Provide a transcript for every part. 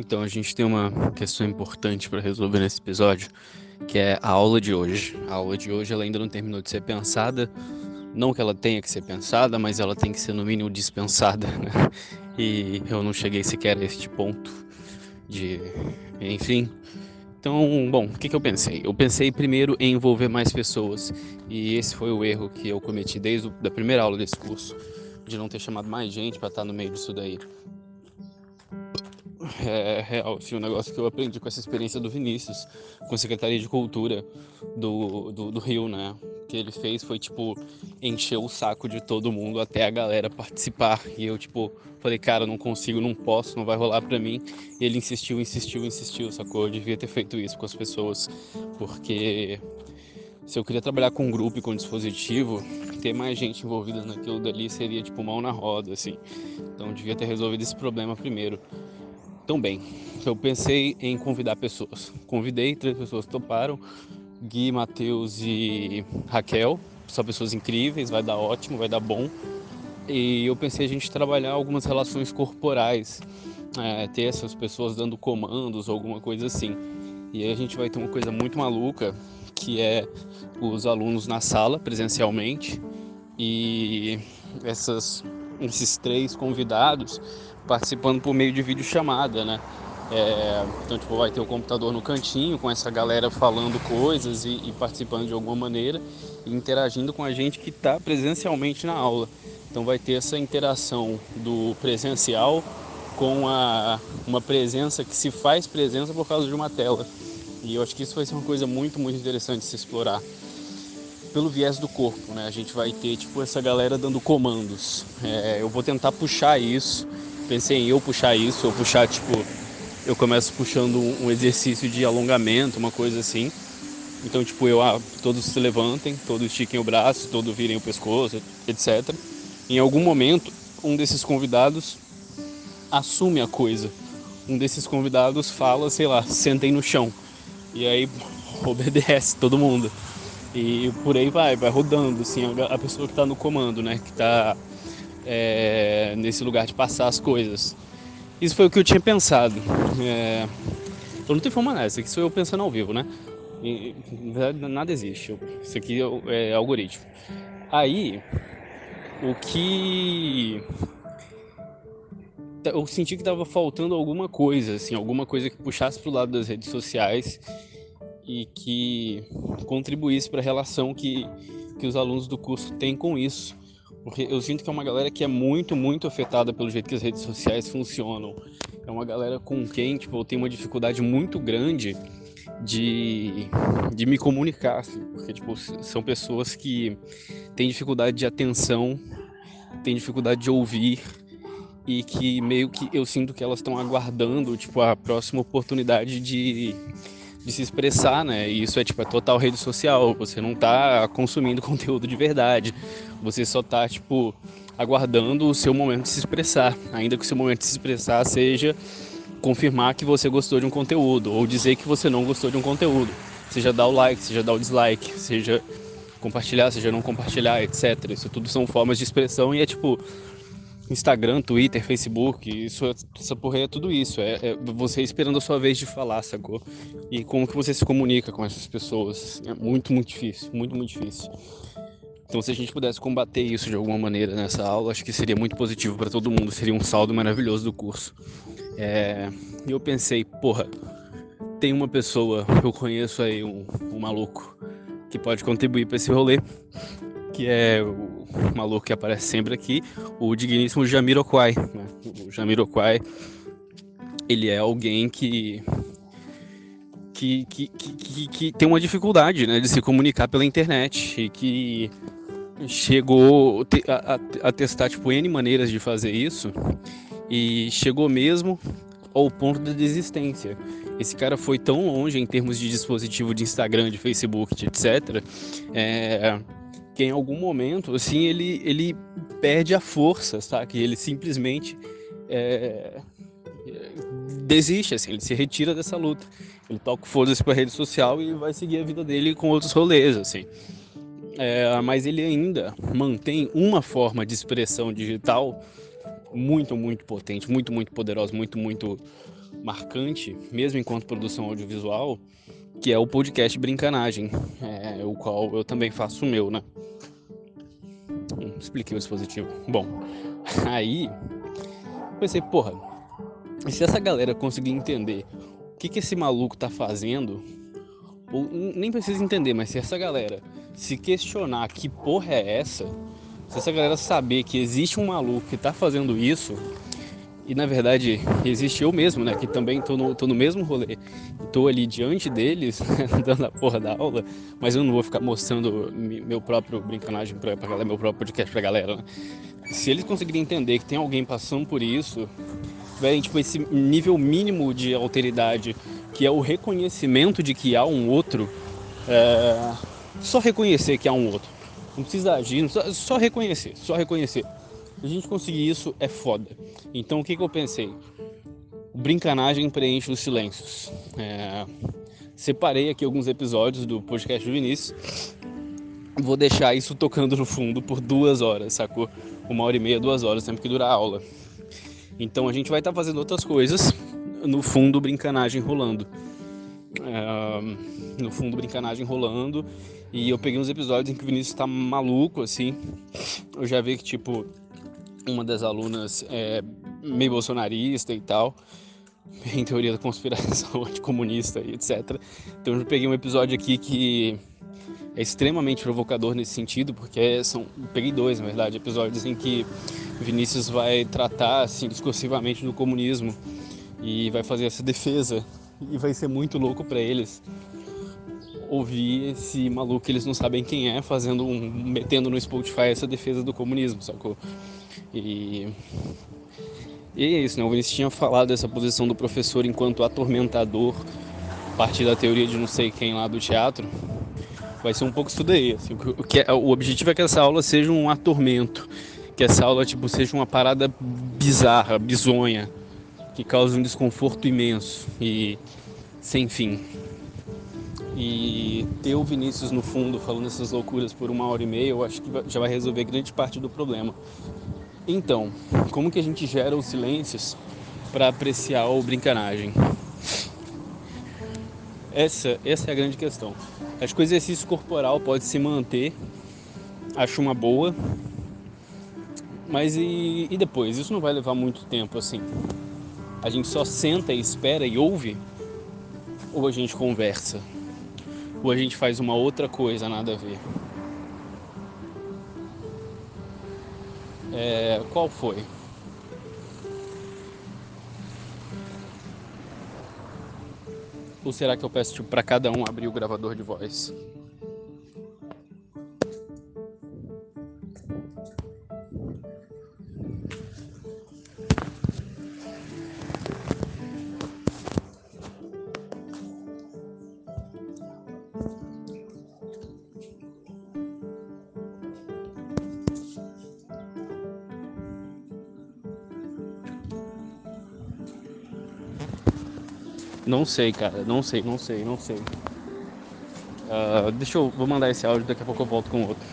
Então, a gente tem uma questão importante para resolver nesse episódio, que é a aula de hoje. A aula de hoje ela ainda não terminou de ser pensada, não que ela tenha que ser pensada, mas ela tem que ser no mínimo dispensada, né? E eu não cheguei sequer a este ponto de, enfim. Então, bom, o que eu pensei? Eu pensei primeiro em envolver mais pessoas, e esse foi o erro que eu cometi desde a primeira aula desse curso, de não ter chamado mais gente para estar no meio disso daí. É real, assim, um negócio que eu aprendi com essa experiência do Vinícius, com a Secretaria de Cultura do Rio, né? O que ele fez foi, tipo, encher o saco de todo mundo até a galera participar. E eu, tipo, falei, cara, não consigo, não posso, não vai rolar pra mim. E ele insistiu, insistiu, insistiu, sacou? Eu devia ter feito isso com as pessoas, porque se eu queria trabalhar com um grupo e com um dispositivo, ter mais gente envolvida naquilo dali seria, tipo, mão na roda, assim. Então eu devia ter resolvido esse problema primeiro. Então, bem, eu pensei em convidar pessoas. Convidei, 3 pessoas toparam: Gui, Matheus e Raquel. São pessoas incríveis, vai dar ótimo, vai dar bom. E eu pensei a gente trabalhar algumas relações corporais, ter essas pessoas dando comandos ou alguma coisa assim. E aí a gente vai ter uma coisa muito maluca, que é os alunos na sala, presencialmente, e esses 3 convidados participando por meio de videochamada, né? Então, tipo, vai ter o computador no cantinho com essa galera falando coisas e participando de alguma maneira e interagindo com a gente que está presencialmente na aula. Então vai ter essa interação do presencial com uma presença que se faz presença por causa de uma tela. E eu acho que isso vai ser uma coisa muito, muito interessante de se explorar pelo viés do corpo, né? A gente vai ter, tipo, essa galera dando comandos. Eu vou tentar puxar isso. Pensei em eu puxar isso, tipo, eu começo puxando um exercício de alongamento, uma coisa assim. Então, tipo, todos se levantem, todos estiquem o braço, todos virem o pescoço, etc. Em algum momento, um desses convidados assume a coisa. Um desses convidados fala, sei lá, sentem no chão. E aí obedece todo mundo. E por aí vai rodando, assim, a pessoa que está no comando, né? Que está nesse lugar de passar as coisas. Isso foi o que eu tinha pensado. Eu não tenho forma nessa, isso sou eu pensando ao vivo, né? Na verdade, nada existe. Isso aqui é algoritmo. Aí, o que eu senti que estava faltando alguma coisa, assim, alguma coisa que puxasse pro lado das redes sociais e que contribuísse para a relação que os alunos do curso têm com isso. Porque eu sinto que é uma galera que é muito, muito afetada pelo jeito que as redes sociais funcionam. É uma galera com quem, tipo, eu tenho uma dificuldade muito grande de, de me comunicar, assim, porque, tipo, são pessoas que têm dificuldade de atenção, têm dificuldade de ouvir, e que meio que eu sinto que elas estão aguardando, tipo, a próxima oportunidade de se expressar, né? E isso é total rede social. Você não tá consumindo conteúdo de verdade. Você só tá, tipo, aguardando o seu momento de se expressar. Ainda que o seu momento de se expressar seja confirmar que você gostou de um conteúdo ou dizer que você não gostou de um conteúdo. Seja dar o like, seja dar o dislike, seja compartilhar, seja não compartilhar, etc. Isso tudo são formas de expressão e é tipo Instagram, Twitter, Facebook, essa porra é tudo isso. É você esperando a sua vez de falar, sacou? E como que você se comunica com essas pessoas. É muito, muito difícil. Muito, muito difícil. Então, se a gente pudesse combater isso de alguma maneira nessa aula, acho que seria muito positivo para todo mundo. Seria um saldo maravilhoso do curso. E eu pensei, porra, tem uma pessoa, eu conheço aí um maluco que pode contribuir para esse rolê, que é o maluco que aparece sempre aqui, o digníssimo Jamiroquai, né? O Jamiroquai, ele é alguém que tem uma dificuldade, né, de se comunicar pela internet e que chegou a testar, tipo, N maneiras de fazer isso e chegou mesmo ao ponto da desistência. Esse cara foi tão longe em termos de dispositivo de Instagram, de Facebook, de etc., que em algum momento, assim, ele perde a força, sabe? Ele simplesmente é, desiste, assim, ele se retira dessa luta. Ele toca o foda-se pra rede social e vai seguir a vida dele com outros rolês, assim. Mas ele ainda mantém uma forma de expressão digital muito, muito potente, muito, muito poderosa, muito, muito marcante, mesmo enquanto produção audiovisual, que é o podcast Brincanagem, o qual eu também faço o meu, né? Expliquei o dispositivo. Bom, aí pensei, porra, e se essa galera conseguir entender o que esse maluco tá fazendo, ou nem precisa entender, mas se essa galera se questionar que porra é essa, se essa galera saber que existe um maluco que tá fazendo isso, e na verdade existe eu mesmo, né, que também tô no mesmo rolê, e tô ali diante deles, dando a porra da aula, mas eu não vou ficar mostrando meu próprio Brincanagem pra galera, meu próprio podcast pra galera, né? Se eles conseguirem entender que tem alguém passando por isso, tiverem tipo esse nível mínimo de alteridade, que é o reconhecimento de que há um outro, só reconhecer que há um outro, não precisa agir, só reconhecer, só reconhecer. Se a gente conseguir isso, é foda. Então o que eu pensei? O Brincanagem preenche os silêncios. Separei aqui alguns episódios do podcast do Vinícius. Vou deixar isso tocando no fundo por 2 horas, sacou? 1h30, 2 horas, tempo que dura a aula. Então a gente vai estar fazendo outras coisas no fundo, Brincanagem rolando. No fundo, Brincanagem rolando. E eu peguei uns episódios em que o Vinícius tá maluco, assim. Eu já vi que, tipo, uma das alunas é meio bolsonarista e tal, em teoria da conspiração anticomunista e etc. Então eu peguei um episódio aqui que é extremamente provocador nesse sentido, porque peguei 2, na verdade, episódios em que Vinícius vai tratar assim discursivamente do comunismo e vai fazer essa defesa, e vai ser muito louco para eles ouvir esse maluco que eles não sabem quem é metendo no Spotify essa defesa do comunismo, sacou? E é isso, né? O Vinícius tinha falado dessa posição do professor enquanto atormentador, a partir da teoria de não sei quem lá do teatro. Vai ser um pouco isso daí, assim, o objetivo é que essa aula seja um atormento, que essa aula tipo, seja uma parada bizarra, bizonha, que cause um desconforto imenso e sem fim. E ter o Vinícius no fundo falando essas loucuras por 1h30, eu acho que já vai resolver grande parte do problema. Então, como que a gente gera os silêncios para apreciar o Brincanagem? Essa é a grande questão. Acho que o exercício corporal pode se manter, acho uma boa, mas e depois? Isso não vai levar muito tempo assim. A gente só senta e espera e ouve, ou a gente conversa, ou a gente faz uma outra coisa nada a ver. Qual foi? Ou será que eu peço tipo, para cada um abrir o gravador de voz? Não sei, cara, não sei. Vou mandar esse áudio, daqui a pouco eu volto com outro.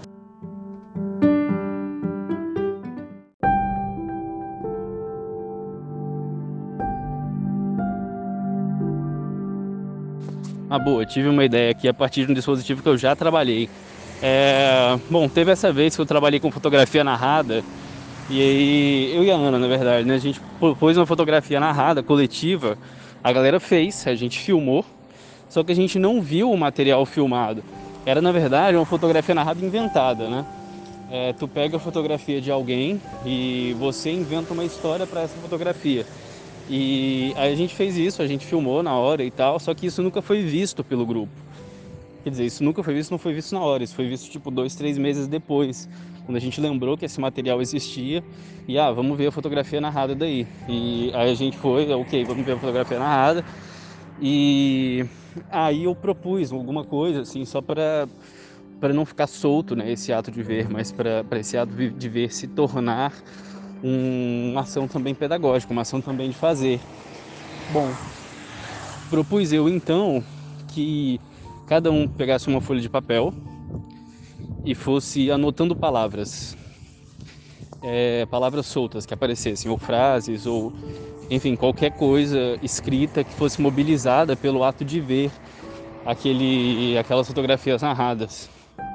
Boa, tive uma ideia aqui a partir de um dispositivo que eu já trabalhei. Bom, teve essa vez que eu trabalhei com fotografia narrada, e aí eu e a Ana, na verdade, né, a gente pôs uma fotografia narrada, coletiva, a galera fez, a gente filmou, só que a gente não viu o material filmado. Era, na verdade, uma fotografia narrada inventada, né? Tu pega a fotografia de alguém e você inventa uma história para essa fotografia. E aí a gente fez isso, a gente filmou na hora e tal, só que isso nunca foi visto pelo grupo. Quer dizer, isso nunca foi visto, não foi visto na hora, isso foi visto tipo 2, 3 meses depois, quando a gente lembrou que esse material existia e vamos ver a fotografia narrada daí. E aí a gente foi, ok, vamos ver a fotografia narrada. E aí eu propus alguma coisa assim, só para não ficar solto, né, esse ato de ver, mas para esse ato de ver se tornar uma ação também pedagógica, uma ação também de fazer. Bom, propus eu então que cada um pegasse uma folha de papel e fosse anotando palavras, palavras soltas que aparecessem, ou frases, ou enfim, qualquer coisa escrita que fosse mobilizada pelo ato de ver aquelas fotografias narradas.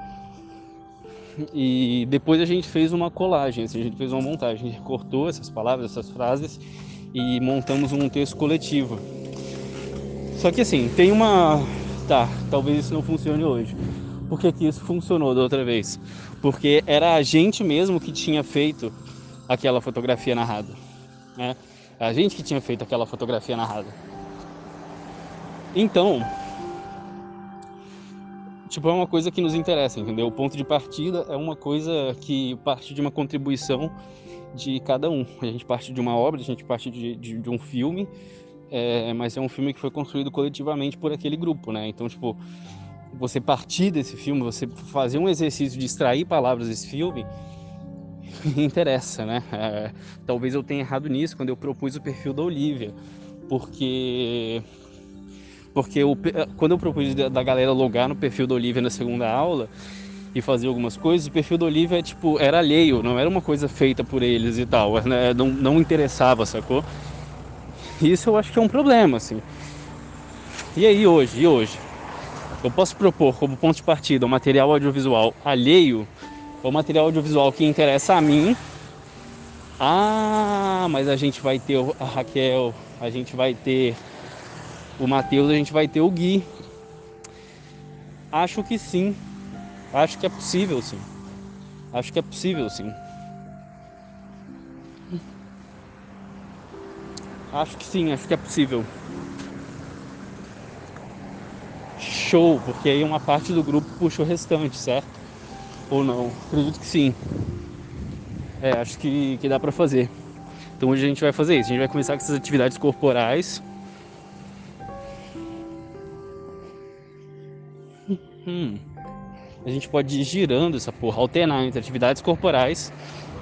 E depois a gente fez uma colagem, assim, a gente fez uma montagem, a gente cortou essas palavras, essas frases e montamos um texto coletivo. Só que assim, tem uma... Tá, talvez isso não funcione hoje. Por que que isso funcionou da outra vez? Porque era a gente mesmo que tinha feito aquela fotografia narrada, né? A gente que tinha feito aquela fotografia narrada. Então, tipo, é uma coisa que nos interessa, entendeu? O ponto de partida é uma coisa que parte de uma contribuição de cada um. A gente parte de uma obra, a gente parte de um filme, mas é um filme que foi construído coletivamente por aquele grupo, né? Então, tipo, você partir desse filme, você fazer um exercício de extrair palavras desse filme, interessa, né? Talvez eu tenha errado nisso quando eu propus o perfil da Olivia, porque quando eu propus da galera logar no perfil da Olivia na segunda aula e fazer algumas coisas, o perfil da Olivia tipo, era alheio, não era uma coisa feita por eles e tal, né? Não interessava, sacou? Isso eu acho que é um problema, assim. E aí, hoje? Eu posso propor como ponto de partida um material audiovisual alheio ou material audiovisual que interessa a mim. Ah, mas a gente vai ter a Raquel, a gente vai ter o Matheus, a gente vai ter o Gui. Acho que sim. Acho que é possível, sim. Acho que é possível, sim. Acho que sim, acho que é possível. Show, porque aí uma parte do grupo puxa o restante, certo? Ou não? Acredito que sim. Acho que dá pra fazer. Então hoje a gente vai fazer isso. A gente vai começar com essas atividades corporais. A gente pode ir girando essa porra, alternar entre atividades corporais.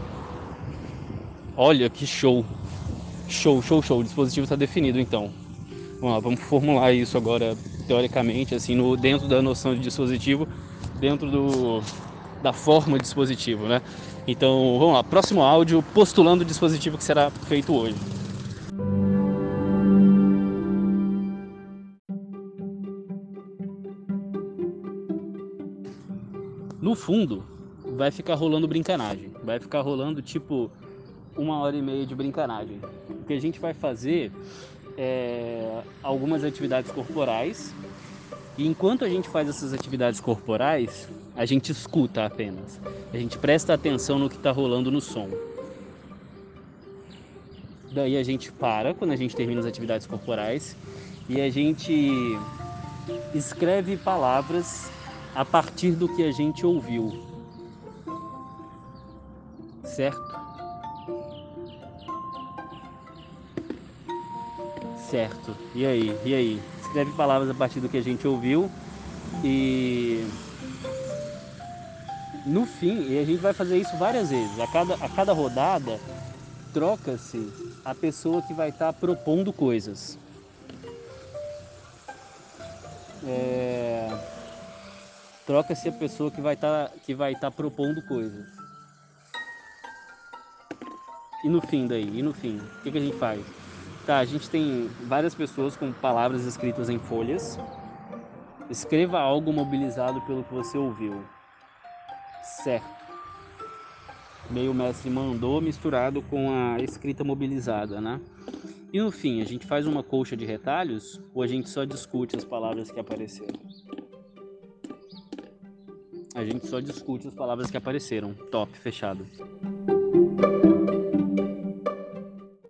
Olha que show. Show, show, show. O dispositivo está definido então. Vamos lá, vamos formular isso agora teoricamente, assim, dentro da noção de dispositivo, dentro da forma de dispositivo, né? Então, vamos lá, próximo áudio, postulando o dispositivo que será feito hoje. No fundo, vai ficar rolando brincanagem. Vai ficar rolando, tipo, 1h30 de brincanagem. O que a gente vai fazer é algumas atividades corporais. E enquanto a gente faz essas atividades corporais, a gente escuta apenas. A gente presta atenção no que está rolando no som. Daí a gente para quando a gente termina as atividades corporais e a gente escreve palavras a partir do que a gente ouviu, certo? Certo. E aí? E aí? Escreve palavras a partir do que a gente ouviu e no fim, e a gente vai fazer isso várias vezes. A cada rodada troca-se a pessoa que vai estar propondo coisas. Troca-se a pessoa que vai estar propondo coisas. E no fim daí? E no fim? O que a gente faz? Tá, a gente tem várias pessoas com palavras escritas em folhas. Escreva algo mobilizado pelo que você ouviu. Certo. Meio mestre mandou misturado com a escrita mobilizada, né? E no fim, a gente faz uma colcha de retalhos ou a gente só discute as palavras que apareceram? A gente só discute as palavras que apareceram. Top, fechado.